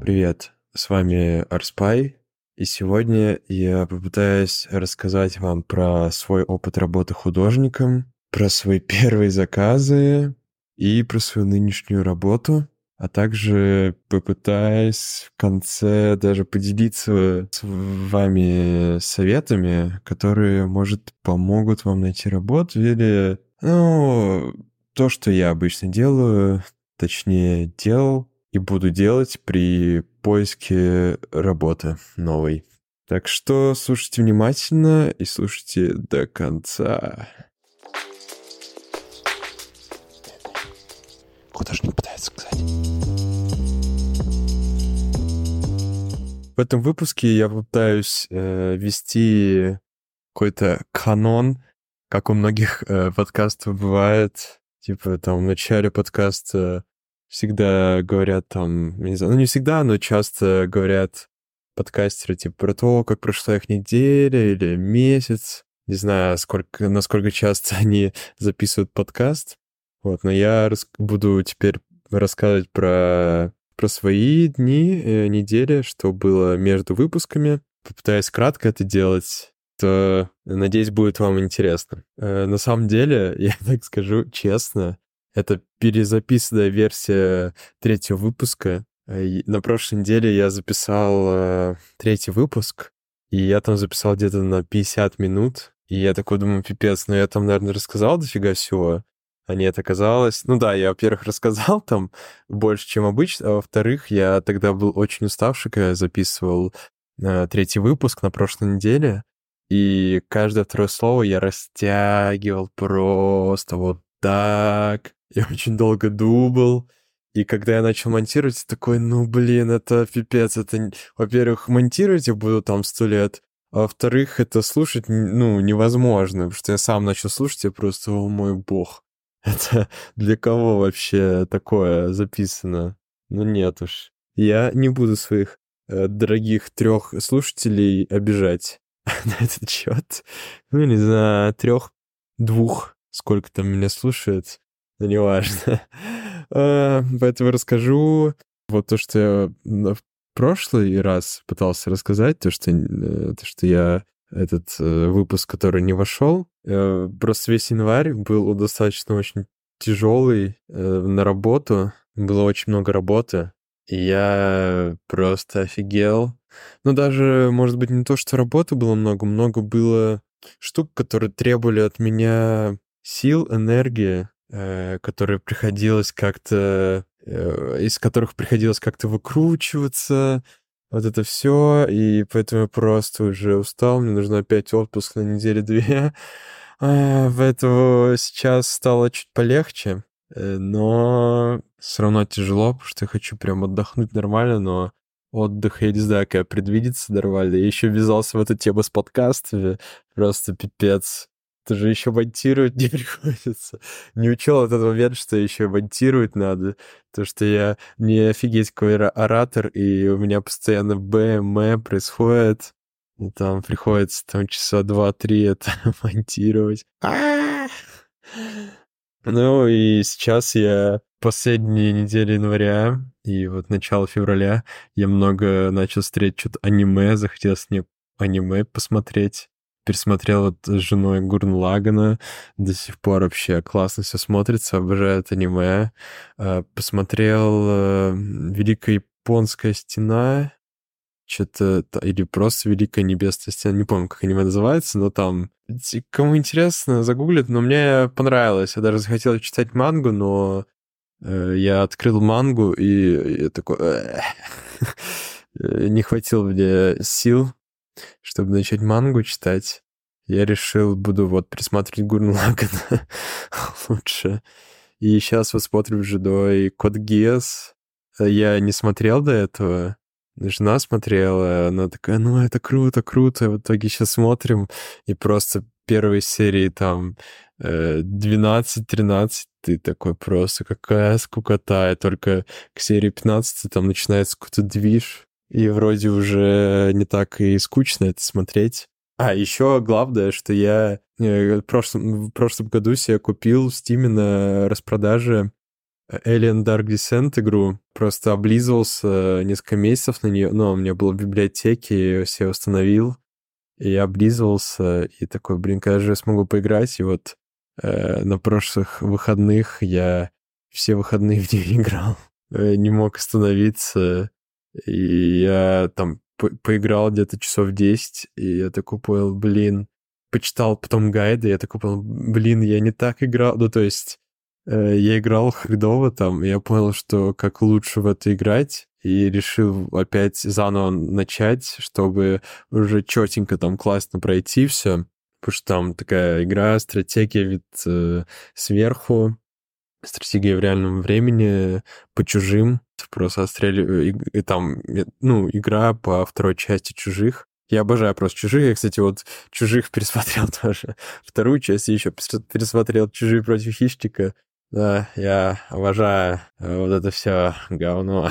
Привет, с вами Арспай, и сегодня я попытаюсь рассказать вам про свой опыт работы художником, про свои первые заказы и про свою нынешнюю работу, а также попытаюсь в конце даже поделиться с вами советами, которые, может, помогут вам найти работу или, то, что я обычно делаю, точнее, делал и буду делать при поиске работы новой. Так что слушайте внимательно и слушайте до конца. Художник пытается сказать. В этом выпуске я попытаюсь вести какой-то канон, как у многих подкастов бывает. Типа там в начале подкаста всегда говорят там, не знаю, не всегда, но часто говорят подкастеры типа про то, как прошла их неделя или месяц. Не знаю, насколько часто они записывают подкаст. Вот, но я буду теперь рассказывать про свои дни, недели, что было между выпусками. Попытаюсь кратко это делать, то, надеюсь, будет вам интересно. На самом деле, я так скажу честно, это перезаписанная версия 3-го выпуска. На прошлой неделе я записал 3-й выпуск, и я там записал где-то на 50 минут. И я такой думаю, пипец, я там, наверное, рассказал дофига всего. А нет, оказалось... Ну да, я, во-первых, рассказал там больше, чем обычно, а во-вторых, я тогда был очень уставший, когда я записывал 3-й выпуск на прошлой неделе, и каждое второе слово я растягивал просто вот так. Я очень долго думал. И когда я начал монтировать, я такой, это пипец, во-первых, монтировать я буду там 100 лет, а во-вторых, это слушать, невозможно, потому что я сам начал слушать, я просто, о мой бог, это для кого вообще такое записано? Нет уж. Я не буду своих дорогих 3 слушателей обижать на этот счет. Не знаю, 3, 2, сколько там меня слушает, но неважно. Поэтому расскажу вот то, что я в прошлый раз пытался рассказать, то, что я этот выпуск, который не вошел. Просто весь январь был достаточно очень тяжелый на работу. Было очень много работы. И я просто офигел. Даже, может быть, не то, что работы было много было штук, которые требовали от меня сил, энергии, которые приходилось как-то... из которых приходилось как-то выкручиваться, вот это все, и поэтому я просто уже устал, мне нужно опять отпуск на недели 2. Поэтому сейчас стало чуть полегче, но все равно тяжело, потому что я хочу прям отдохнуть нормально, но отдых, я не знаю, как предвидится нормально. Я еще ввязался в эту тему с подкастами, просто пипец. Это же еще монтировать не приходится. Не учел этот момент, что еще монтировать надо. То, что я не офигеть какой оратор, и у меня постоянно БМ происходит. И там приходится часа 2-3 это монтировать. И сейчас я последние недели января и вот начало февраля я много начал смотреть что-то аниме, захотелось мне аниме посмотреть. Пересмотрел вот с женой Гуррен Лаганна, до сих пор вообще классно все смотрится, обожает аниме. Посмотрел «Великая японская стена», что-то, или просто «Великая небесная стена», не помню, как аниме называется, но там, кому интересно, загуглит, но мне понравилось. Я даже захотел читать мангу, но я открыл мангу, и я такой... Не хватило мне сил, чтобы начать мангу читать. Я решил, буду вот присматривать Гуррен Лаганна лучше. И сейчас вот смотрим с женой Код Гиас. Я не смотрел до этого. Жена смотрела, она такая, это круто, круто. В итоге сейчас смотрим, и просто первые серии там 12-13, ты такой просто, какая скукота. И только к серии 15 там начинается какой-то движ, и вроде уже не так и скучно это смотреть. Еще главное, что я в прошлом году себе купил в Стиме на распродаже Alien Dark Descent игру. Просто облизывался несколько месяцев на нее. Ну, у меня было в библиотеке, я себе установил. И я облизывался, и такой, блин, когда же я смогу поиграть? И вот на прошлых выходных я все выходные в нее играл. Не мог остановиться. И я там поиграл где-то часов 10, и я такой понял, блин, почитал потом гайды, я такой понял, блин, я не так играл. Ну, то есть я играл хреново там, и я понял, что как лучше в это играть, и решил опять заново начать, чтобы уже четенько там классно пройти все, потому что там такая игра, стратегия вид сверху, стратегия в реальном времени по чужим, просто отстреливаю, и там, ну, игра по второй части чужих. Я обожаю просто чужих. Я, кстати, вот чужих пересмотрел тоже. Вторую часть и еще пересмотрел чужие против хищника. Да, я обожаю вот это все говно.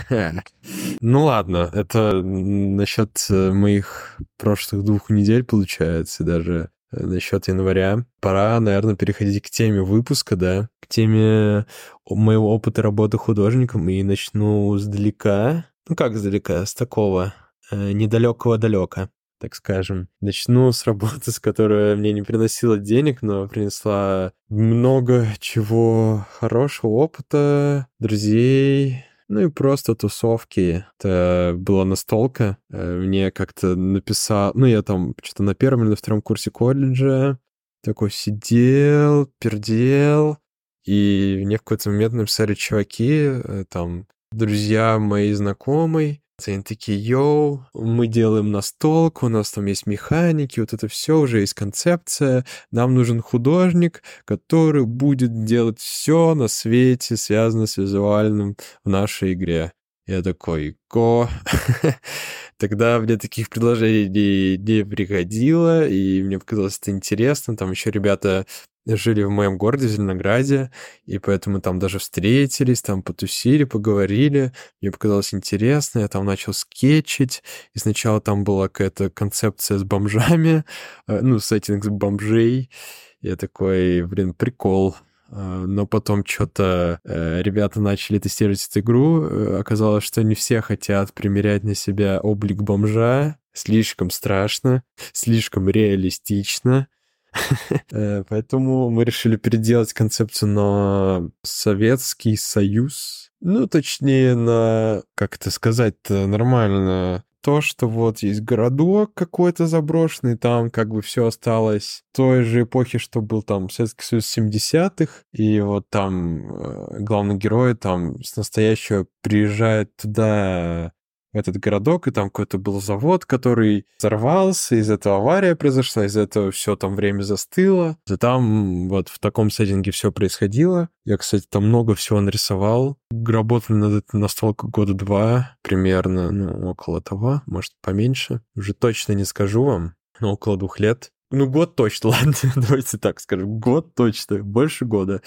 Ну ладно, это насчет моих прошлых 2 недель, получается, даже насчет января. Пора, наверное, переходить к теме выпуска, да, к теме моего опыта работы художником, и начну сдалека. Ну как сдалека? С такого недалекого далека, так скажем. Начну с работы, с которой мне не приносила денег, но принесла много чего хорошего, опыта, друзей, ну и просто тусовки. Это была настолка. Мне как-то написал... Ну, я там что-то на 1 или на 2 курсе колледжа такой сидел, пердел, и мне в какой-то момент написали чуваки, там, друзья моей знакомой, они такие, йоу, мы делаем настолку, у нас там есть механики, вот это все, уже есть концепция, нам нужен художник, который будет делать все на свете, связанное с визуальным в нашей игре. Я такой, го. Тогда мне таких предложений не приходило, и мне показалось это интересно. Там еще ребята жили в моем городе, в Зеленограде, и поэтому там даже встретились, там потусили, поговорили. Мне показалось интересно, я там начал скетчить, и сначала там была какая-то концепция с бомжами, ну, сеттинг бомжей. Я такой, блин, прикол. Но потом что-то ребята начали тестировать эту игру. Оказалось, что не все хотят примерять на себя облик бомжа. Слишком страшно, слишком реалистично. Поэтому мы решили переделать концепцию на Советский Союз. Ну, точнее, на, как это сказать-то нормально, то, что вот есть городок какой-то заброшенный, там как бы все осталось той же эпохи, что был там Советский Союз 70-х, и вот там главный герой там с настоящего приезжает туда, в этот городок, и там какой-то был завод, который взорвался, из этого авария произошла, из этого все там время застыло. И там вот в таком сеттинге все происходило. Я, кстати, там много всего нарисовал. Работали над этой настолкой 2 года примерно, ну, около того, может, поменьше. Уже точно не скажу вам, но около 2 лет. Ну, год точно, ладно, давайте так скажем. Год точно, больше года.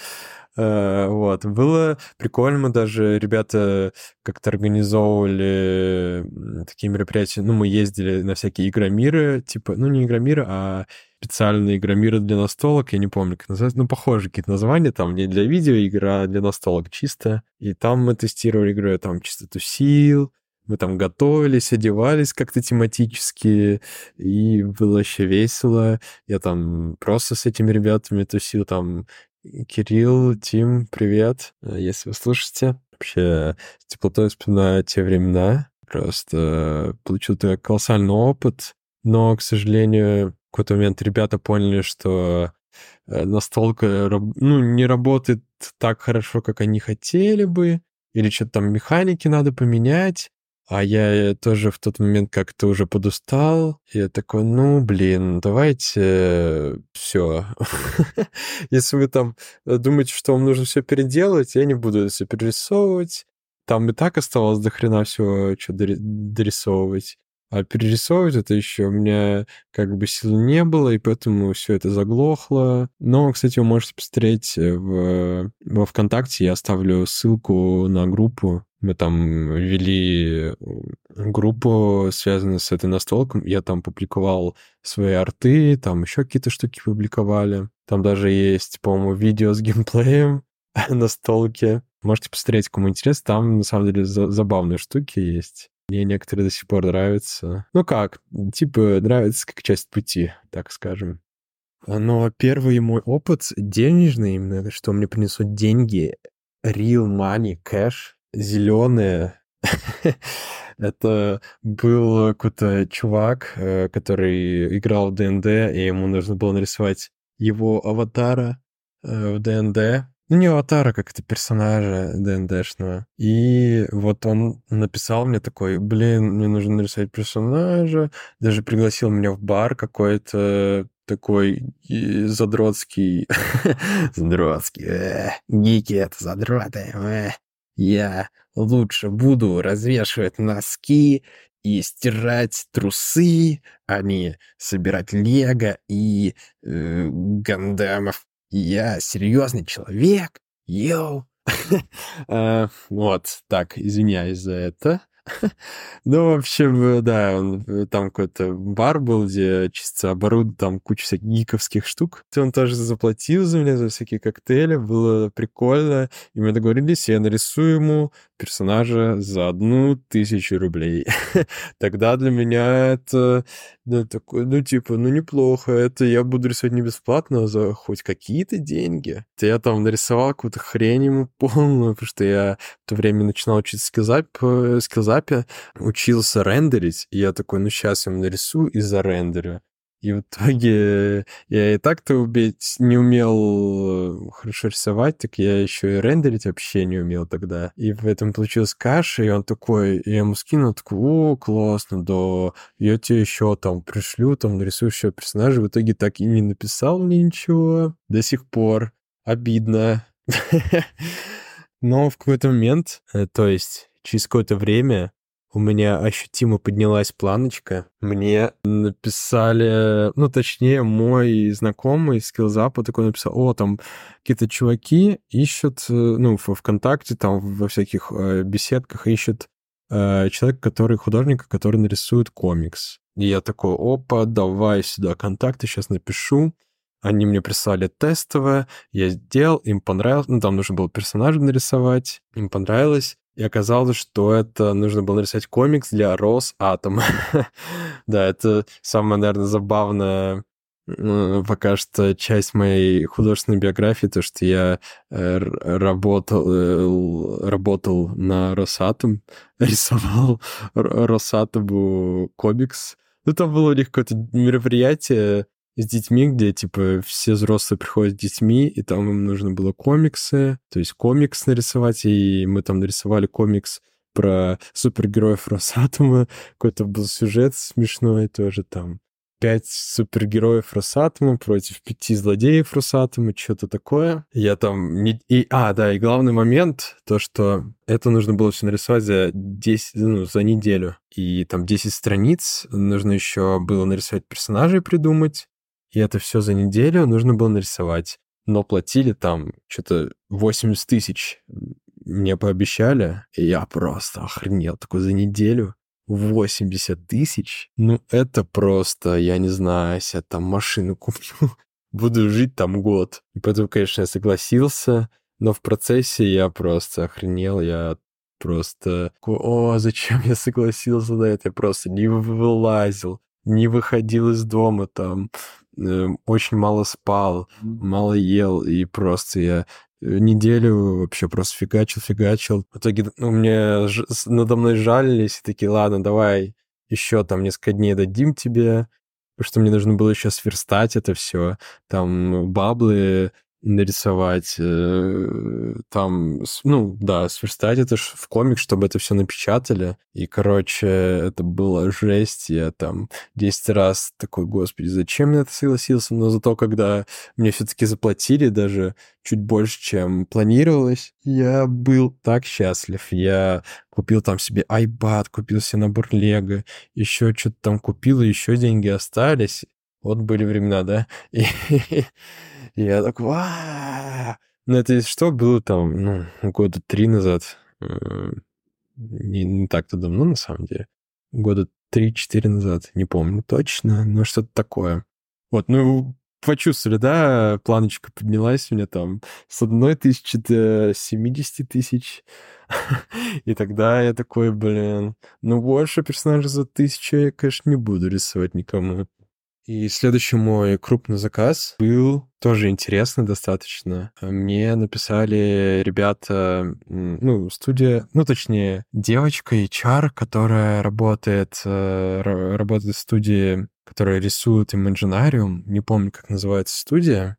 Вот. Было прикольно, мы даже ребята как-то организовывали такие мероприятия. Ну, мы ездили на всякие игромиры, типа, ну, не игромиры, а специальные игромиры для настолок, я не помню, как называется, ну, похожие какие-то названия, там не для видеоигра, а для настолок чисто. И там мы тестировали игру, я там чисто тусил, мы там готовились, одевались как-то тематически, и было вообще весело. Я там просто с этими ребятами тусил, там Кирилл, Тим, привет, если вы слушаете. Вообще, с теплотой вспоминаю те времена. Просто получил такой колоссальный опыт. Но, к сожалению, в какой-то момент ребята поняли, что настолка ну, не работает так хорошо, как они хотели бы. Или что-то там механики надо поменять. А я тоже в тот момент как-то уже подустал. И я такой, ну, блин, давайте все. Если вы там думаете, что вам нужно все переделать, я не буду это все перерисовывать. Там и так оставалось до хрена всего, что дорисовывать. А перерисовывать это еще у меня как бы сил не было, и поэтому все это заглохло. Но, кстати, вы можете посмотреть во ВКонтакте, я оставлю ссылку на группу. Мы там вели группу, связанную с этой настолкой. Я там публиковал свои арты, там еще какие-то штуки публиковали. Там даже есть, по-моему, видео с геймплеем настолки. Можете посмотреть, кому интересно. Там, на самом деле, забавные штуки есть. Мне некоторые до сих пор нравятся. Ну как, типа, нравится как часть пути, так скажем. Но первый мой опыт денежный, именно, что мне принесут деньги, real money, кэш, зеленые. Это был какой-то чувак, который играл в ДНД, и ему нужно было нарисовать его аватара в ДНД. Ну, не аватара, как это персонажа ДНДшного. И вот он написал мне такой: блин, мне нужно нарисовать персонажа. Даже пригласил меня в бар какой-то такой задротский. Задротский. Гики это задроты. Я лучше буду развешивать носки и стирать трусы, а не собирать лего и гандамов. Я серьезный человек. Йоу. Вот, так, извиняюсь за это. Ну, в общем, да, там какой-то бар был, где чисто оборудован, там куча всяких гиковских штук. Он тоже заплатил за меня, за всякие коктейли, было прикольно. И мы договорились, я нарисую ему персонажа за 1000 рублей. Тогда для меня это, да, такое, ну, типа, ну, неплохо. Это я буду рисовать не бесплатно, а за хоть какие-то деньги. Я там нарисовал какую-то хрень ему полную, потому что я в то время начинал учиться скиллзапе, учился рендерить, и я такой, ну, сейчас я нарисую и зарендерю. И в итоге я и так-то не умел хорошо рисовать, так я еще и рендерить вообще не умел тогда. И в этом получилась каша, и он такой, я ему скинул, такой: о, классно, да, я тебе еще там пришлю, там нарисую еще персонажа. В итоге так и не написал мне ничего до сих пор. Обидно. Но в какой-то момент, то есть через какое-то время, у меня ощутимо поднялась планочка. Мне написали, ну, точнее, мой знакомый с скиллзапа такой написал: о, там какие-то чуваки ищут, ну, в ВКонтакте, там, во всяких беседках ищут художника, который нарисует комикс. И я такой: опа, давай сюда контакты, сейчас напишу. Они мне прислали тестовое, я сделал, им понравилось. Ну, там нужно было персонажа нарисовать, им понравилось. И оказалось, что это нужно было нарисовать комикс для Росатома. Да, это самая, наверное, забавная пока что часть моей художественной биографии, то, что я работал на Росатом, рисовал Росатому комикс. Ну, там было у них какое-то мероприятие с детьми, где, типа, все взрослые приходят с детьми, и там им нужно было комиксы, то есть комикс нарисовать, и мы там нарисовали комикс про супергероев Росатома. Какой-то был сюжет смешной тоже там. 5 супергероев Росатома против 5 злодеев Росатома, что-то такое. Я там... да, и главный момент, то, что это нужно было все нарисовать за неделю. И там 10 страниц, нужно еще было нарисовать персонажей, придумать. И это все за неделю нужно было нарисовать. Но платили там что-то 80 тысяч мне пообещали, и я просто охренел. Такой за неделю 80 тысяч? Ну, это просто, я не знаю, если я там машину куплю, буду жить там год. И поэтому, конечно, я согласился, но в процессе я просто охренел, я просто... О, зачем я согласился на это? Я просто не вылазил, не выходил из дома там, очень мало спал, мало ел, и просто я неделю вообще просто фигачил. В итоге, мне надо мной жалились и такие: ладно, давай еще там несколько дней дадим тебе, потому что мне нужно было еще сверстать это все, там баблы нарисовать, там, сверстать это в комик, чтобы это все напечатали. И, короче, это была жесть. Я там 10 раз такой: господи, зачем я это согласился? Но зато, когда мне все-таки заплатили даже чуть больше, чем планировалось, я был так счастлив. Я купил там себе iPad, купил себе набор Лего, еще что-то там купил, и еще деньги остались. Вот были времена, да? И я такой: ну, это если что, было там, года 3 назад. Не так-то давно, на самом деле. Года 3-4 назад, не помню точно, но что-то такое. Вот, почувствовали, да, планочка поднялась у меня там с 1 000 до 70 000. И тогда я такой, блин, ну больше персонажей за 1000 я, конечно, не буду рисовать никому. И следующий мой крупный заказ был тоже интересный достаточно. Мне написали ребята, ну, студия, ну, точнее, девочка HR, которая работает в студии, которая рисует Imaginarium. Не помню, как называется студия,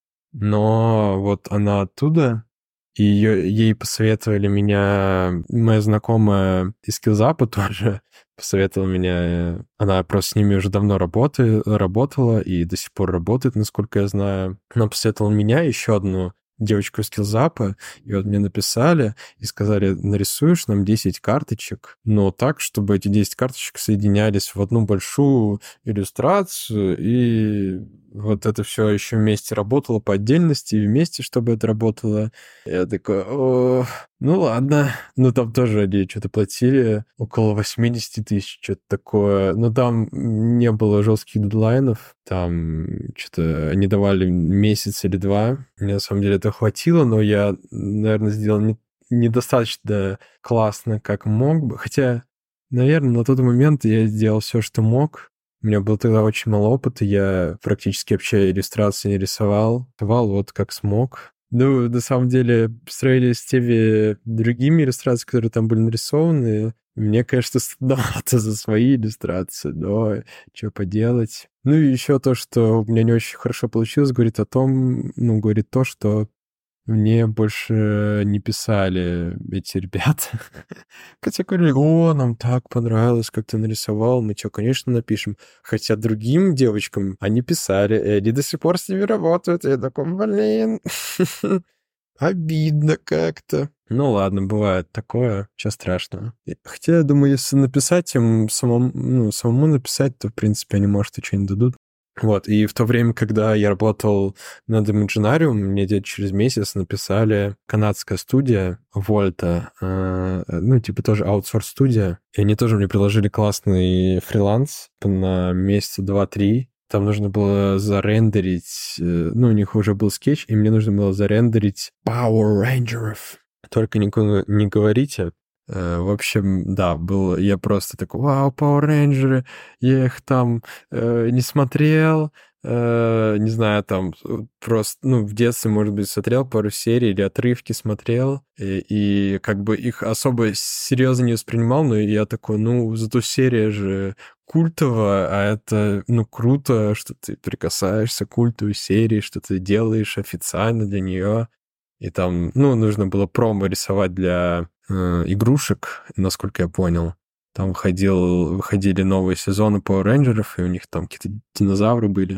но вот она оттуда, и ей посоветовали меня, моя знакомая из Килзапа тоже посоветовала меня. Она просто с ними уже давно работала и до сих пор работает, насколько я знаю. Она посоветовала меня, еще одну девочку из Килзапа, и вот мне написали и сказали, нарисуешь нам 10 карточек, но так, чтобы эти 10 карточек соединялись в одну большую иллюстрацию, и вот это все еще вместе работало по отдельности, и вместе, чтобы это работало. Я такой, о, ну ладно. Ну там тоже они что-то платили около 80 000, что-то такое. Но там не было жестких дедлайнов. Там что-то они давали месяц или два. Мне на самом деле это хватило, но я, наверное, сделал недостаточно классно, как мог бы. Хотя, наверное, на тот момент я сделал все, что мог. У меня было тогда очень мало опыта, я практически вообще иллюстрации не рисовал. Рисовал вот как смог. Ну, на самом деле, по сравнению с теми другими иллюстрациями, которые там были нарисованы, мне, конечно, стыдновато за свои иллюстрации, но что поделать. Ну и еще то, что у меня не очень хорошо получилось, говорит о том, ну, говорит то, что мне больше не писали эти ребята. Хотя говорили, о, нам так понравилось, как ты нарисовал, мы что, конечно, напишем. Хотя другим девочкам они писали, и они до сих пор с ними работают. И я такой, блин, обидно как-то. Ну ладно, бывает такое, ничего страшного. Хотя, я думаю, если написать им самому написать, то, в принципе, они, может, и что-нибудь дадут. Вот, и в то время, когда я работал над Imaginarium, мне где-то через месяц написали канадская студия Volta, ну, типа тоже аутсорс-студия, и они тоже мне предложили классный фриланс на месяца 2-3. Там нужно было зарендерить, ну, у них уже был скетч, и мне нужно было зарендерить Power Rangers. Только никому не говорите. В общем, да, я просто такой, вау, Power Rangers, я их там не смотрел, не знаю, там просто, ну, в детстве, может быть, смотрел пару серий или отрывки смотрел, и как бы их особо серьезно не воспринимал, но я такой, ну, зато серия же культовая, а это, ну, круто, что ты прикасаешься к культовой серии, что ты делаешь официально для нее. И там, ну, нужно было промо рисовать для игрушек, насколько я понял. Там выходили новые сезоны Power Rangers, и у них там какие-то динозавры были.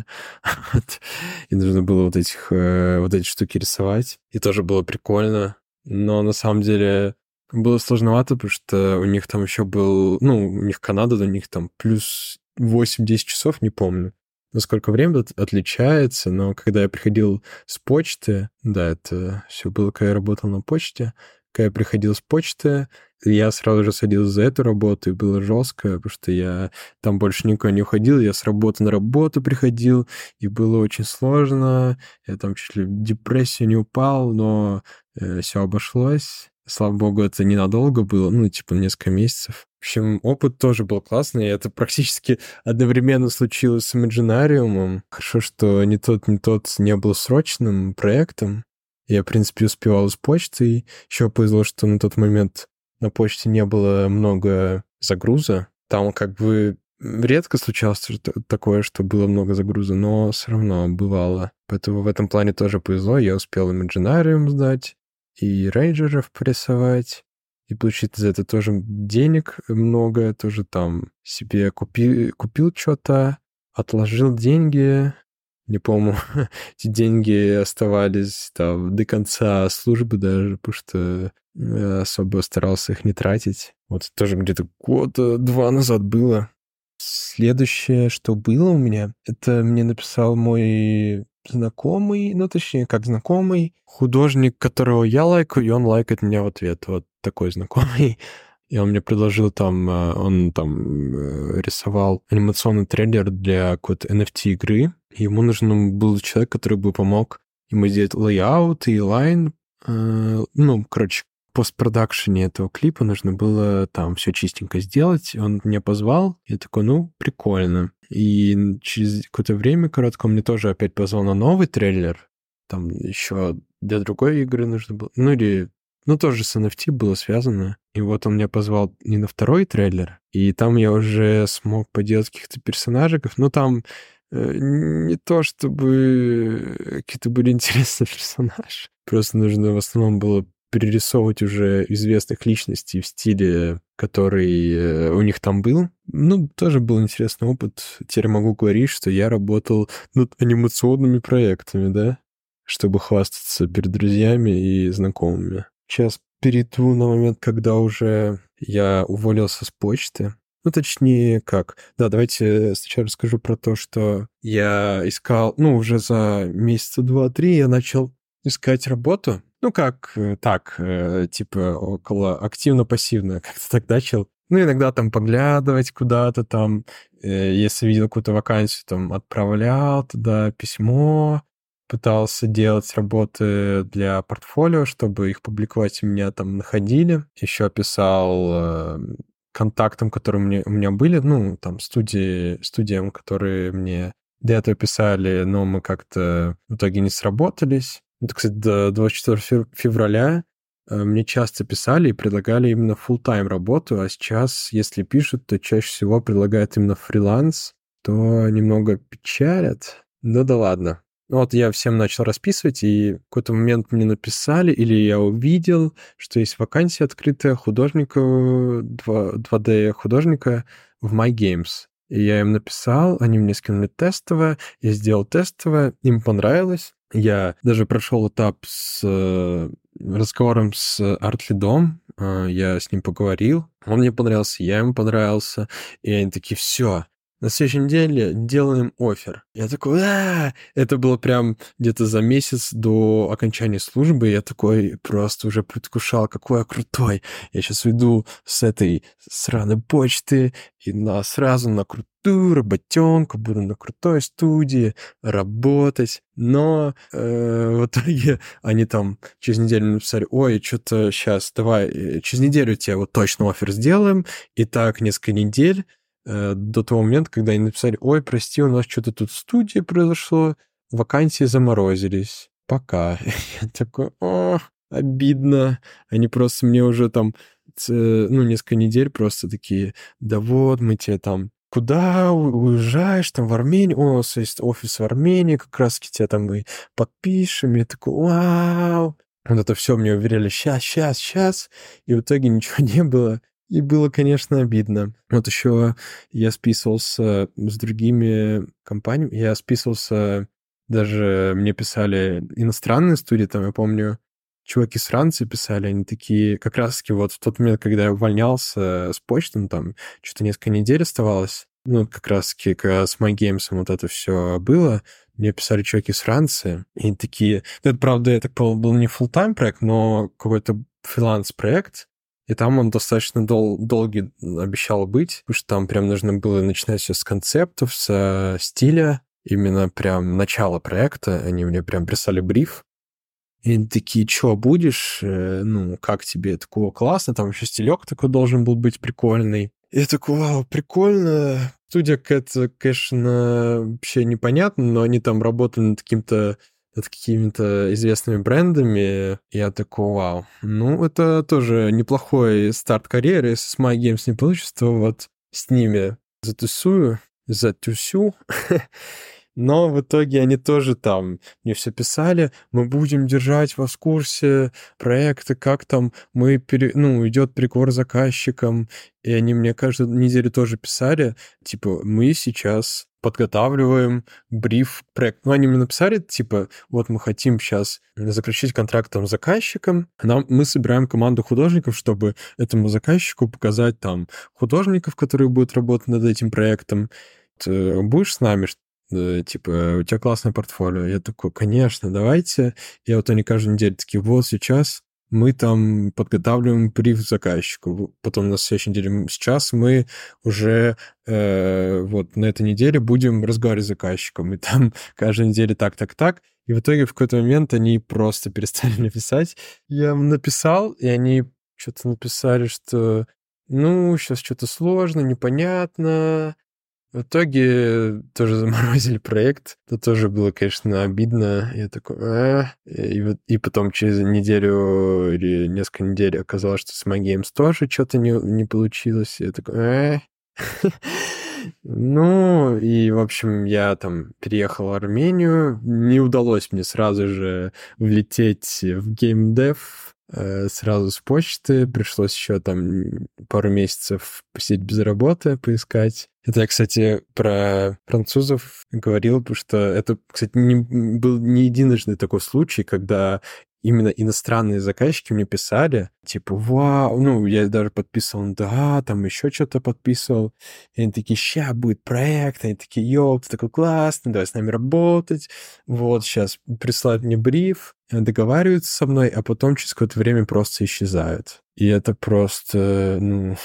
И нужно было вот эти штуки рисовать. И тоже было прикольно. Но на самом деле было сложновато, потому что у них там еще был... Ну, у них Канада, у них там плюс 8-10 часов, не помню, насколько время отличается, но когда я приходил с почты, да, это все было, когда я работал на почте, когда я приходил с почты, я сразу же садился за эту работу, и было жестко, потому что я там больше никуда не уходил, я с работы на работу приходил, и было очень сложно, я там чуть ли в депрессию не упал, но все обошлось. Слава богу, это ненадолго было, ну, типа несколько месяцев. В общем, опыт тоже был классный, и это практически одновременно случилось с Imaginarium. Хорошо, что ни тот не был срочным проектом. Я, в принципе, успевал с почтой. Еще повезло, что на тот момент на почте не было много загруза. Там как бы редко случалось такое, что было много загруза, но все равно бывало. Поэтому в этом плане тоже повезло. Я успел Imaginarium сдать и рейнджеров порисовать, и получить за это тоже денег много, тоже там себе купил что-то, отложил деньги, не помню, эти деньги оставались там до конца службы даже, потому что особо старался их не тратить. Вот тоже где-то года-два назад было. Следующее, что было у меня, это мне написал мой знакомый, ну, точнее, как знакомый, художник, которого я лайкаю, и он лайкает меня в ответ. Вот такой знакомый. И он мне предложил он там рисовал анимационный трейлер для какой-то NFT-игры. Ему нужен был человек, который бы помог ему сделать лейаут и лайн. Короче, в постпродакшене этого клипа нужно было там все чистенько сделать. Он меня позвал, я такой, прикольно. И через какое-то время короткое он мне тоже опять позвал на новый трейлер. Там еще для другой игры нужно было. Тоже с NFT было связано. И вот он меня позвал не на второй трейлер, и там я уже смог поделать каких-то персонажиков. Там не то чтобы какие-то были интересные персонажи. Просто нужно в основном было перерисовывать уже известных личностей в стиле, который у них там был. Тоже был интересный опыт. Теперь могу говорить, что я работал над анимационными проектами, да, чтобы хвастаться перед друзьями и знакомыми. Сейчас перейду на момент, когда уже я уволился с почты. Точнее, как. Да, давайте сначала расскажу про то, что я искал, уже за месяца 2-3 я начал искать работу. Около активно-пассивно как-то так начал. Иногда там поглядывать куда-то там, если видел какую-то вакансию, там отправлял туда письмо, пытался делать работы для портфолио, чтобы их публиковать, и меня там находили. Еще писал контактам, которые у меня были, студиям, которые мне до этого писали, но мы как-то в итоге не сработались. Это, кстати, до 24 февраля мне часто писали и предлагали именно full-time работу, а сейчас, если пишут, то чаще всего предлагают именно фриланс, то немного печалят. Да ладно. Я всем начал расписывать, и в какой-то момент мне написали, или я увидел, что есть вакансия открытая художника, 2D-художника в MyGames. И я им написал, они мне скинули тестовое, я сделал тестовое, им понравилось. Я даже прошел этап с разговором с арт-лидом, я с ним поговорил, он мне понравился, я ему понравился, и они такие, все. На следующей неделе делаем оффер. Я такой, это было прям где-то за месяц до окончания службы. Я такой просто уже предвкушал, какой я крутой. Я сейчас уйду с этой сраной почты и сразу на крутую работенку, буду на крутой студии работать. Но в итоге они там через неделю написали, ой, что-то сейчас, давай, через неделю тебе вот точно оффер сделаем. И так несколько недель. До того момента, когда они написали, ой, прости, у нас что-то тут в студии произошло, вакансии заморозились. Пока. Я такой, обидно. Они просто мне уже там, несколько недель просто такие, да вот, мы тебе там, куда уезжаешь, там в Армению, у нас есть офис в Армении, как раз тебя там мы подпишем. Я такой, вау. Вот это все мне уверяли, сейчас. И в итоге ничего не было. И было, конечно, обидно. Вот еще я списывался с другими компаниями. Я списывался, даже мне писали иностранные студии, там, я помню, чуваки с Франции писали, они такие, как раз-таки вот в тот момент, когда я увольнялся с почты, там, что-то несколько недель оставалось, как раз-таки с MyGames вот это все было, мне писали чуваки с Франции, и такие... Это, правда, я так понял, был не full-time проект, но какой-то фриланс-проект, и там он достаточно долгий обещал быть, потому что там прям нужно было начинать все с концептов, с стиля, именно прям начало проекта. Они мне прям прислали бриф. И они такие, что будешь? Как тебе? Такого классно. Там еще стилек такой должен был быть прикольный. И я такой, вау, прикольно. Студия какая-то, конечно, вообще непонятно, но они там работали над какими-то известными брендами. Я такой, вау. Это тоже неплохой старт карьеры. Если с MyGames не получится, то вот с ними затусю. Но в итоге они тоже там мне все писали, мы будем держать вас в курсе проекта, как там идет переговор с заказчиком. И они мне каждую неделю тоже писали, типа, мы сейчас подготавливаем бриф проект. Они мне написали, типа, вот мы хотим сейчас заключить контракт там с заказчиком, мы собираем команду художников, чтобы этому заказчику показать там художников, которые будут работать над этим проектом. Ты будешь с нами, типа, у тебя классное портфолио. Я такой, конечно, давайте. И вот они каждую неделю такие, вот сейчас мы там подготавливаем бриф заказчику. Потом на следующей неделе, сейчас мы уже вот на этой неделе будем разговаривать с заказчиком. И там каждую неделю так. И в итоге в какой-то момент они просто перестали мне писать. Я им написал, и они что-то написали, что сейчас что-то сложно, непонятно. В итоге тоже заморозили проект. Это тоже было, конечно, обидно. Я такой, И потом через неделю или несколько недель оказалось, что с MyGames тоже что-то не получилось. Я такой, Ну, и, в общем, я там переехал в Армению. Не удалось мне сразу же влететь в геймдев сразу с почты. Пришлось еще там пару месяцев посидеть без работы, поискать. Это я, кстати, про французов говорил, потому что это, кстати, был не единожды такой случай, когда именно иностранные заказчики мне писали, типа, вау, я даже подписывал, да, там еще что-то подписывал. И они такие, ща будет проект, они такие, йоу, ты такой классный, давай с нами работать. Вот, сейчас присылают мне бриф, договариваются со мной, а потом через какое-то время просто исчезают. И это просто,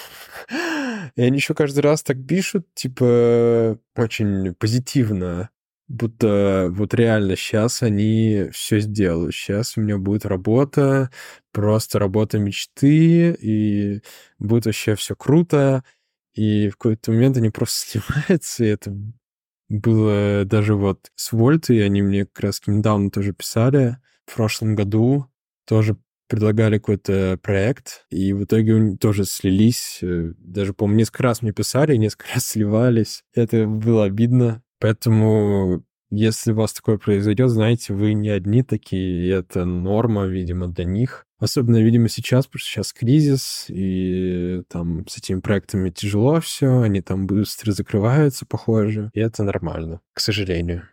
И они еще каждый раз так пишут, типа, очень позитивно, будто вот реально сейчас они все сделают. Сейчас у меня будет работа, просто работа мечты, и будет вообще все круто. И в какой-то момент они просто сливаются, и это было даже вот с Вольтой, они мне как раз недавно тоже писали, в прошлом году тоже предлагали какой-то проект, и в итоге тоже слились. Даже, по-моему, несколько раз мне писали, несколько раз сливались. Это было обидно. Поэтому, если у вас такое произойдет, знаете, вы не одни такие, и это норма, видимо, для них. Особенно, видимо, сейчас, потому что сейчас кризис, и там с этими проектами тяжело все, они там быстро закрываются, похоже, и это нормально, к сожалению.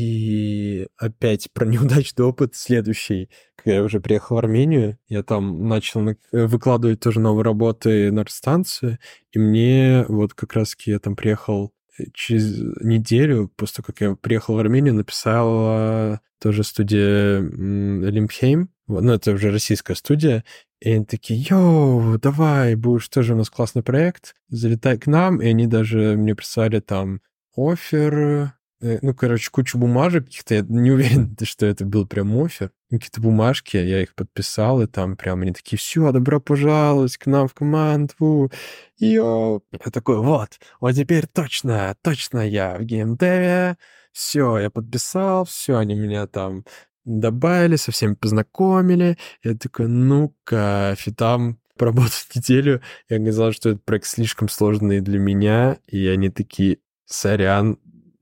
И опять про неудачный опыт следующий. Когда я уже приехал в Армению, я там начал выкладывать тоже новые работы на станцию, и мне вот как раз-таки я там приехал через неделю, после того, как я приехал в Армению, написала тоже студия Олимпхейм. Это уже российская студия. И они такие, йоу, давай, будешь тоже у нас классный проект, залетай к нам. И они даже мне прислали там оффер, кучу бумажек каких-то. Я не уверен, что это был прям оффер. Какие-то бумажки, я их подписал, и там прям они такие, все, добро пожаловать к нам в команду. Йоу. Я такой, вот теперь точно я в геймдеве. Все, я подписал, все, они меня там добавили, со всеми познакомили. Я такой, ну-ка, там поработать неделю. И оказалось, что этот проект слишком сложный для меня, и они такие, сорян,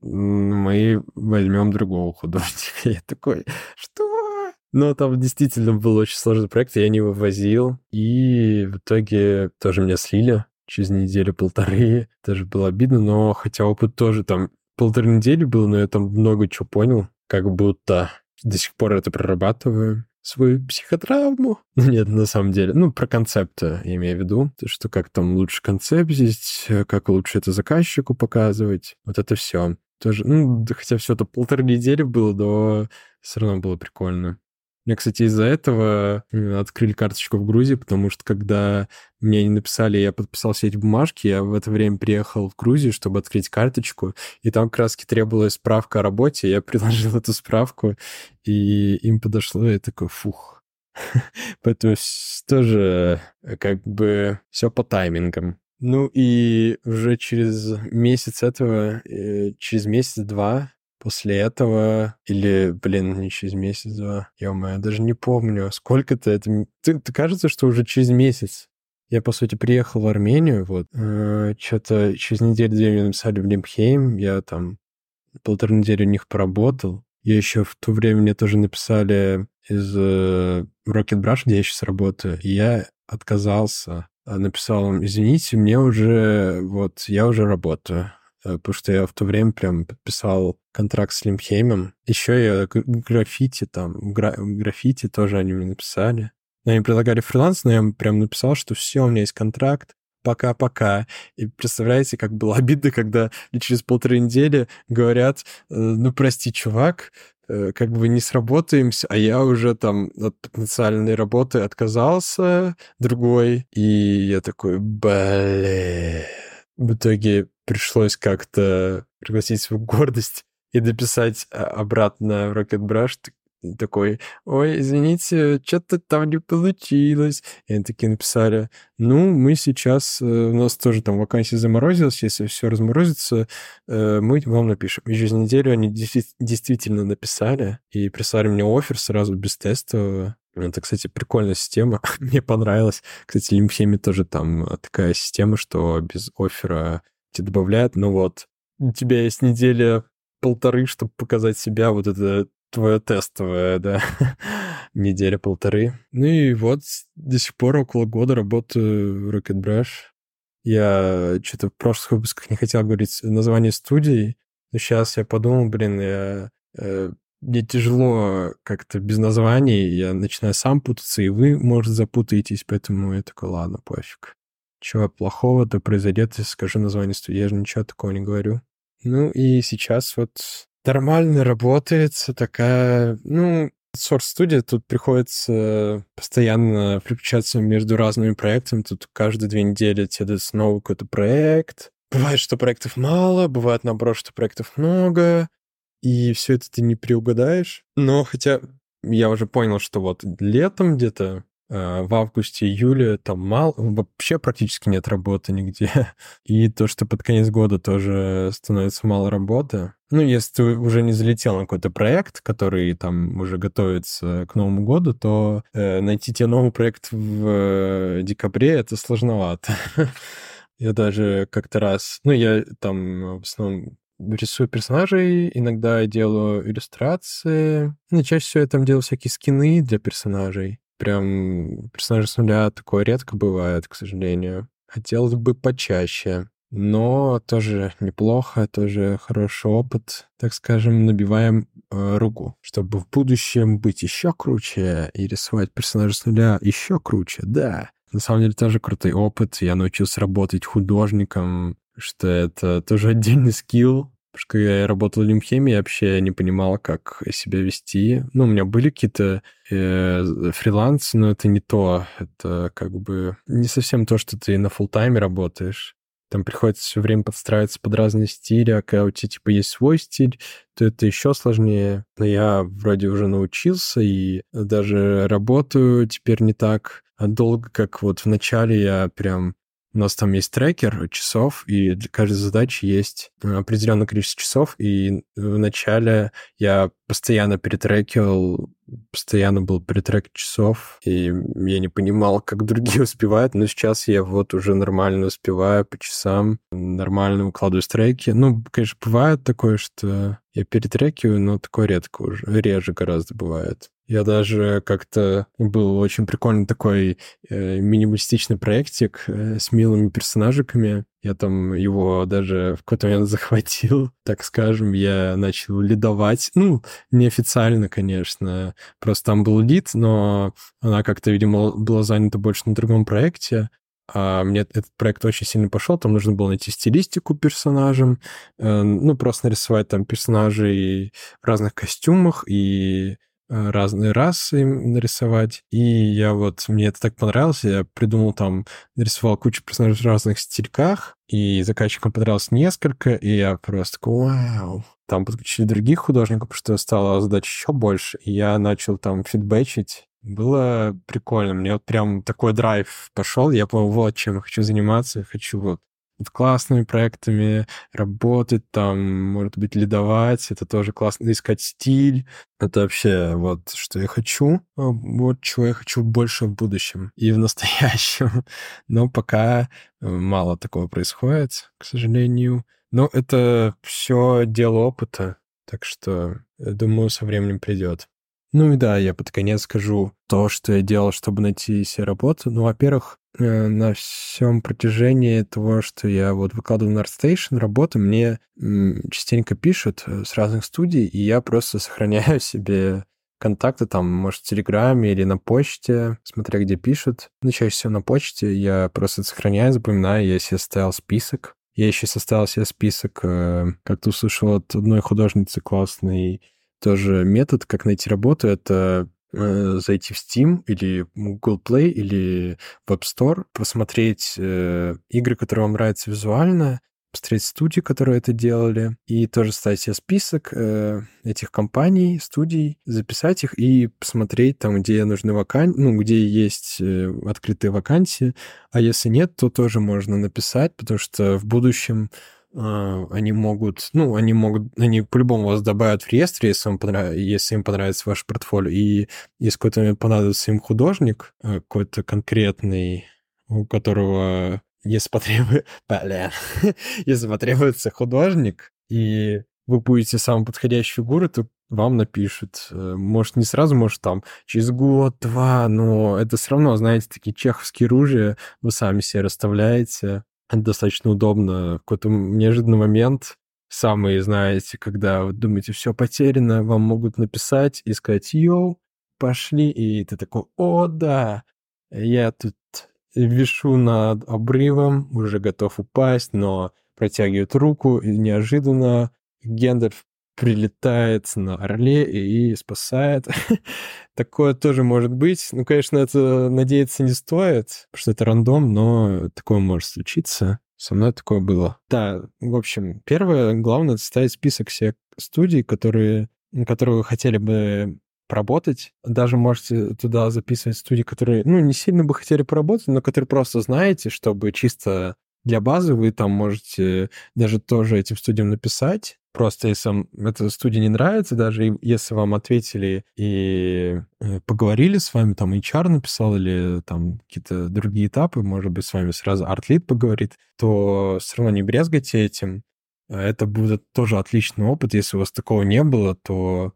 мы возьмем другого художника. Я такой, что? Но там действительно был очень сложный проект, я не вывозил, и в итоге тоже меня слили через неделю-полторы. Даже было обидно, но хотя опыт тоже там 1,5 недели был, но я там много чего понял, как будто до сих пор это прорабатываю. Свою психотравму. Нет, на самом деле. Про концепты я имею в виду. То, что как там лучше концептить, как лучше это заказчику показывать. Вот это все. Тоже, хотя все это 1,5 недели было, но все равно было прикольно. Мне, кстати, из-за этого открыли карточку в Грузии, потому что когда мне они написали, я подписал все эти бумажки, я в это время приехал в Грузию, чтобы открыть карточку, и там как раз требовалась справка о работе, я приложил эту справку, и им подошло, и я такой, фух. Поэтому тоже как бы все по таймингам. И уже через месяц этого, через месяц-два после этого, или, не через месяц-два, ё-моё, даже не помню, сколько-то это... Кажется, что уже через месяц. Я, по сути, приехал в Армению, что-то через неделю-две мне написали в Олимпхейм, я там 1,5 недели у них поработал. Я еще в то время мне тоже написали из Rocket Brush, где я сейчас работаю, и я отказался. Написал им, извините, я уже работаю. Потому что я в то время прям подписал контракт с Лимхеймом. Еще я граффити тоже они мне написали. Они предлагали фриланс, но я им прям написал, что все, у меня есть контракт, пока-пока. И представляете, как было обидно, когда через 1,5 недели говорят, прости, чувак, как бы не сработаемся, а я уже там от потенциальной работы отказался, другой, и я такой, блин. В итоге пришлось как-то пригласить свою гордость и дописать обратно в Rocket Brush такой, ой, извините, что-то там не получилось. И они такие написали, ну, мы сейчас, у нас тоже там вакансия заморозилась, если все разморозится, мы вам напишем. И через неделю они действительно написали и прислали мне оффер сразу без тестового. Это, кстати, прикольная система, мне понравилось. Кстати, Лимхеме тоже там такая система, что без оффера тебе добавляют, ну вот, у тебя есть неделя полторы, чтобы показать себя, вот это твое тестовое, да, неделя-полторы. Ну и вот до сих пор около года работаю в Rocket Brush. Я что-то в прошлых выпусках не хотел говорить название студии, но сейчас я подумал, блин, мне тяжело как-то без названий, я начинаю сам путаться, и вы, может, запутаетесь, поэтому я такой, ладно, пофиг. Чего плохого-то произойдет, если скажу название студии, я же ничего такого не говорю. Ну и сейчас вот нормально работает такая, ну, Source-студия, тут приходится постоянно переключаться между разными проектами, тут каждые 2 недели тебе дается новый какой-то проект. Бывает, что проектов мало, бывает, наоборот, что проектов много, и все это ты не приугадаешь. Но хотя я уже понял, что вот летом где-то, в августе-июле там мало, вообще практически нет работы нигде. И то, что под конец года тоже становится мало работы. Ну, если ты уже не залетел на какой-то проект, который там уже готовится к Новому году, то найти тебе новый проект в декабре — это сложновато. Я даже как-то раз... Ну, я там в основном рисую персонажей, иногда я делаю иллюстрации. Ну, чаще всего я там делаю всякие скины для персонажей. Прям персонажи с нуля такое редко бывает, к сожалению. Хотелось бы почаще. Но тоже неплохо, тоже хороший опыт. Так скажем, набиваем руку, чтобы в будущем быть еще круче и рисовать персонажа с нуля еще круче, да. На самом деле тоже крутой опыт. Я научился работать художником, что это тоже отдельный скилл. Потому что когда я работал в Лимхеме, я вообще не понимал, как себя вести. Ну, у меня были какие-то фрилансы, но это не то. Это как бы не совсем то, что ты на фулл-тайме работаешь. Там приходится все время подстраиваться под разные стили, а когда у тебя типа есть свой стиль, то это еще сложнее. Но я вроде уже научился и даже работаю теперь не так долго, как вот в начале я прям... У нас там есть трекер часов, и для каждой задачи есть определенное количество часов, и вначале я постоянно перетрекил, постоянно был перетрек часов, и я не понимал, как другие успевают, но сейчас я вот уже нормально успеваю по часам, нормально укладываюсь треки. Ну, конечно, бывает такое, что я перетрекиваю, но такое редко уже, реже гораздо бывает. Я даже как-то... Был очень прикольный такой минималистичный проектик с милыми персонажиками. Я там его даже в какой-то момент захватил, так скажем. Я начал лидовать. Ну, неофициально, конечно. Просто там был лид, но она как-то, видимо, была занята больше на другом проекте. А мне этот проект очень сильно пошел. Там нужно было найти стилистику персонажам. Ну, просто нарисовать там персонажей в разных костюмах и... разные расы им нарисовать. И я вот... Мне это так понравилось. Я придумал там... Нарисовал кучу персонажей в разных стильках. И заказчикам понравилось несколько. И я просто такой, вау. Там подключили других художников, потому что стало задач еще больше. И я начал там фидбэчить. Было прикольно. Мне вот прям такой драйв пошел. Я понял, вот чем я хочу заниматься. Я хочу вот классными проектами работать, там, может быть, лидовать, это тоже классно, искать стиль. Это вообще вот, что я хочу, вот чего я хочу больше в будущем и в настоящем. Но пока мало такого происходит, к сожалению. Но это все дело опыта, так что, думаю, со временем придет. Ну и да, я под конец скажу то, что я делал, чтобы найти себе работу. Ну, во-первых, на всем протяжении того, что я вот выкладываю на ArtStation работу, мне частенько пишут с разных студий, и я просто сохраняю себе контакты там, может, в Телеграме или на почте, смотря где пишут. Ну, чаще всего на почте я просто сохраняю, запоминаю, я себе составил список. Я еще составил себе список, как-то услышал от одной художницы классный тоже метод, как найти работу, это зайти в Steam или Google Play или в App Store, посмотреть игры, которые вам нравятся визуально, посмотреть студии, которые это делали, и тоже ставить себе список этих компаний, студий, записать их и посмотреть там, где нужны вакансии, ну, где есть открытые вакансии, а если нет, то тоже можно написать, потому что в будущем они они по-любому вас добавят в реестр, если им понравится ваше портфолио, и если какой-то момент понадобится им художник, какой-то конкретный, у которого, если если потребуется художник, и вы будете самой подходящей фигурой, то вам напишут. Может, не сразу, может, там, через год-два, но это все равно, знаете, такие чеховские ружья вы сами себе расставляете. Это достаточно удобно. В какой-то неожиданный момент, самые, знаете, когда вы думаете, все потеряно, вам могут написать и сказать, йоу, пошли, и ты такой, о, да, я тут вишу над обрывом, уже готов упасть, но протягивает руку, и неожиданно Гендальф прилетает на орле и спасает. Такое тоже может быть. Ну, конечно, это надеяться не стоит, потому что это рандом, но такое может случиться. Со мной такое было. Да, в общем, первое, главное, это составить список всех студий, на которые вы хотели бы поработать. Даже можете туда записывать студии, которые, ну, не сильно бы хотели поработать, но которые просто знаете, чтобы чисто для базы вы там можете даже тоже этим студиям написать. Просто если вам эта студия не нравится, даже если вам ответили и поговорили с вами, там HR написал или там какие-то другие этапы, может быть, с вами сразу арт-лид поговорит, то все равно не брезгайте этим. Это будет тоже отличный опыт. Если у вас такого не было, то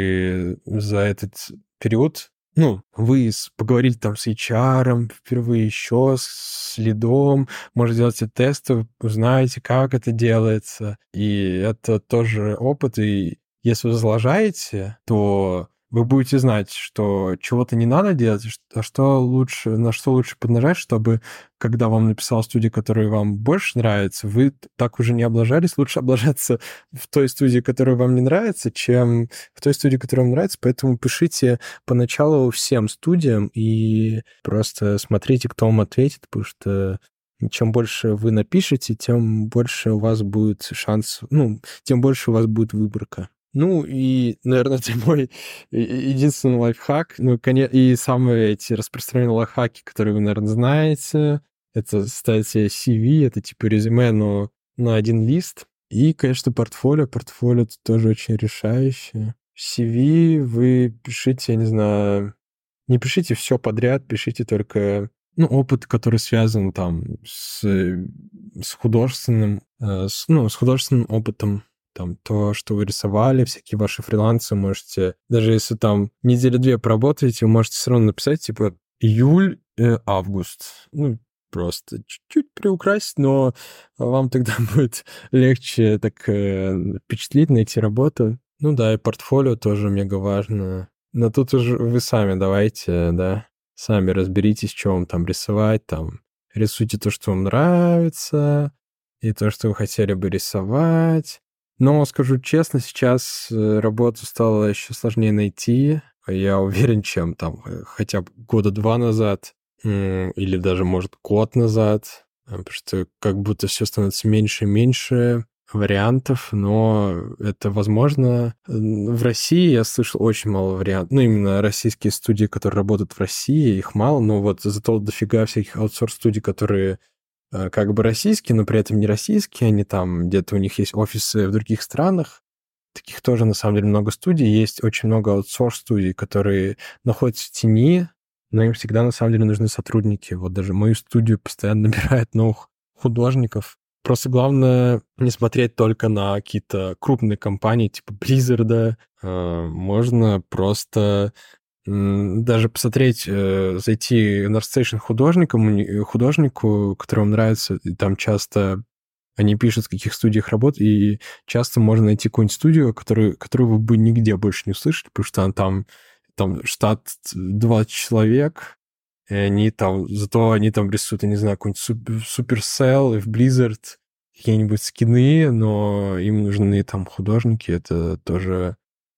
вы за этот период, ну, вы поговорили там с HR впервые еще, с лидом, может, делаете тесты, узнаете, как это делается. И это тоже опыт. И если вы залажаете, то вы будете знать, что чего-то не надо делать, а что лучше, на что лучше поднажать, чтобы, когда вам написала студия, которая вам больше нравится, вы так уже не облажались. Лучше облажаться в той студии, которая вам не нравится, чем в той студии, которая вам нравится. Поэтому пишите поначалу всем студиям и просто смотрите, кто вам ответит, потому что чем больше вы напишете, тем больше у вас будет шанс, ну, тем больше у вас будет выборка. Ну, и, наверное, это мой единственный лайфхак. Ну, и самые эти распространенные лайфхаки, которые вы, наверное, знаете, это ставить себе CV, это типа резюме, но на один лист. И, конечно, портфолио. Портфолио это тоже очень решающее. CV вы пишите, я не знаю, не пишите все подряд, пишите только, ну, опыт, который связан там с художественным, с художественным опытом. Там то, что вы рисовали, всякие ваши фрилансы можете... Даже если там недели-две поработаете, вы можете все равно написать, типа, июль, август. Ну, просто чуть-чуть приукрасить, но вам тогда будет легче так впечатлить, найти работу. Ну да, и портфолио тоже мега важно. Но тут уже вы сами давайте, да, сами разберитесь, что вам там рисовать, там, рисуйте то, что вам нравится, и то, что вы хотели бы рисовать. Но, скажу честно, сейчас работу стало еще сложнее найти. Я уверен, чем там хотя бы года два назад, или даже, может, год назад, потому что как будто все становится меньше и меньше вариантов, но это возможно. В России я слышал очень мало вариантов. Ну, именно российские студии, которые работают в России, их мало, но вот зато дофига всяких аутсорс-студий, которые как бы российские, но при этом не российские, они там, где-то у них есть офисы в других странах. Таких тоже, на самом деле, много студий. Есть очень много аутсорс-студий, которые находятся в тени, но им всегда, на самом деле, нужны сотрудники. Вот даже мою студию постоянно набирают новых художников. Просто главное не смотреть только на какие-то крупные компании, типа Blizzard. Можно просто даже посмотреть, зайти на ArtStation художнику, который вам нравится, и там часто они пишут, в каких студиях работают, и часто можно найти какую-нибудь студию, которую вы бы нигде больше не услышали, потому что там штат 20 человек, и зато они там рисуют, я не знаю, какой-нибудь Supercell и в Blizzard какие-нибудь скины, но им нужны там художники, это тоже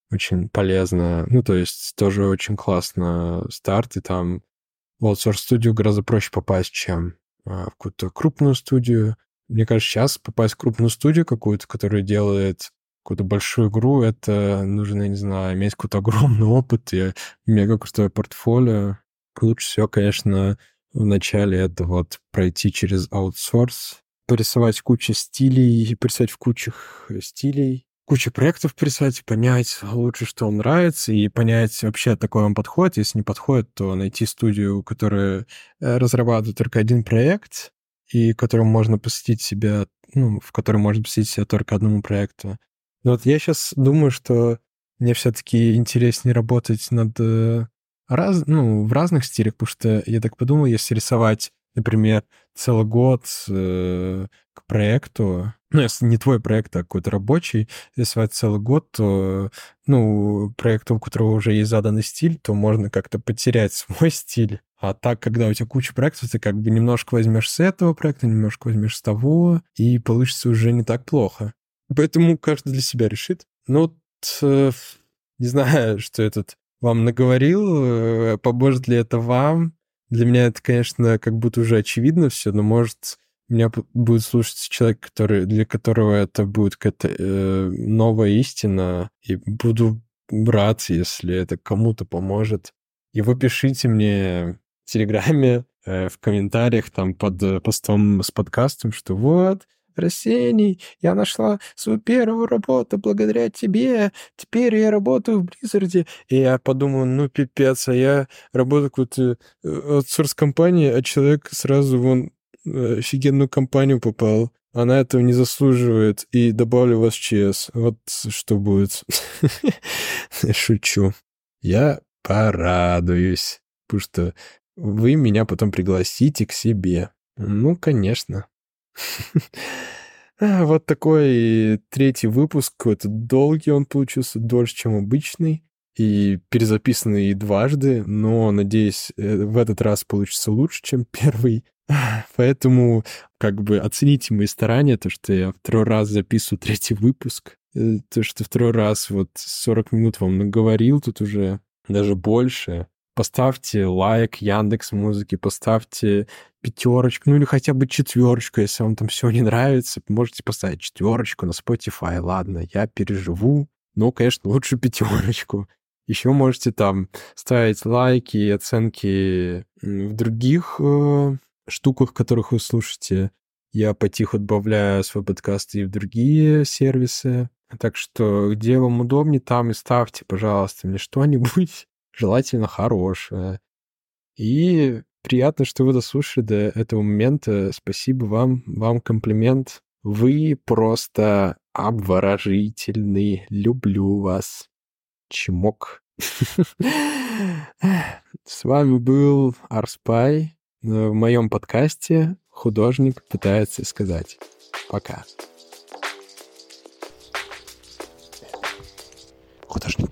очень полезно. Ну, то есть тоже очень классно старт, и там в аутсорс-студию гораздо проще попасть, чем в какую-то крупную студию. Мне кажется, сейчас попасть в крупную студию какую-то, которая делает какую-то большую игру, это нужно, я не знаю, иметь какой-то огромный опыт и мега крутое портфолио. Лучше всего, конечно, вначале это вот пройти через аутсорс, порисовать кучу стилей, порисовать в кучах стилей, кучу проектов порисовать, понять лучше, что вам нравится, и понять вообще, такой вам подходит. Если не подходит, то найти студию, которая разрабатывает только один проект, и которым можно посвятить себя, ну, в которой можно посвятить себя только одному проекту. Но вот я сейчас думаю, что мне все-таки интереснее работать над в разных стилях, потому что я так подумал, если рисовать, например, целый год к проекту, ну, если не твой проект, а какой-то рабочий, рисовать целый год, то, ну, проекту, у которого уже есть заданный стиль, то можно как-то потерять свой стиль. А так, когда у тебя куча проектов, ты как бы немножко возьмешь с этого проекта, немножко возьмешь с того, и получится уже не так плохо. Поэтому каждый для себя решит. Ну, вот, не знаю, что я тут вам наговорил, поможет ли это вам. Для меня это, конечно, как будто уже очевидно все, но, может, меня будет слушать человек, для которого это будет какая-то новая истина, и буду рад, если это кому-то поможет. И вы пишите мне в Телеграме, в комментариях там под постом с подкастом, что вот, Арсений, я нашла свою первую работу благодаря тебе. Теперь я работаю в Blizzard. И я подумал, ну, пипец, а я работаю в какой-то аутсорс-компании, а человек сразу вон офигенную компанию попал. Она этого не заслуживает. И добавлю вас в ЧС. Вот что будет. Шучу. Я порадуюсь, потому что вы меня потом пригласите к себе. Ну, конечно. Вот такой третий выпуск. Какой-то долгий он получился, дольше, чем обычный. И перезаписанный дважды, но, надеюсь, в этот раз получится лучше, чем первый. Поэтому, как бы, оцените мои старания, то, что я второй раз записываю третий выпуск, то, что второй раз вот 40 минут вам наговорил, тут уже даже больше. Поставьте лайк Яндекс.Музыке, поставьте 5, ну или хотя бы 4, если вам там все не нравится. Можете поставить 4 на Spotify. Ладно, я переживу. Но, конечно, лучше 5. Еще можете там ставить лайки и оценки в других штуках, которых вы слушаете. Я потиху добавляю свой подкаст и в другие сервисы. Так что, где вам удобнее, там и ставьте, пожалуйста, мне что-нибудь, желательно хорошее. И приятно, что вы дослушали до этого момента. Спасибо вам комплимент. Вы просто обворожительны. Люблю вас. Чмок. С вами был Арспай. В моем подкасте художник пытается сказать. Пока. Художник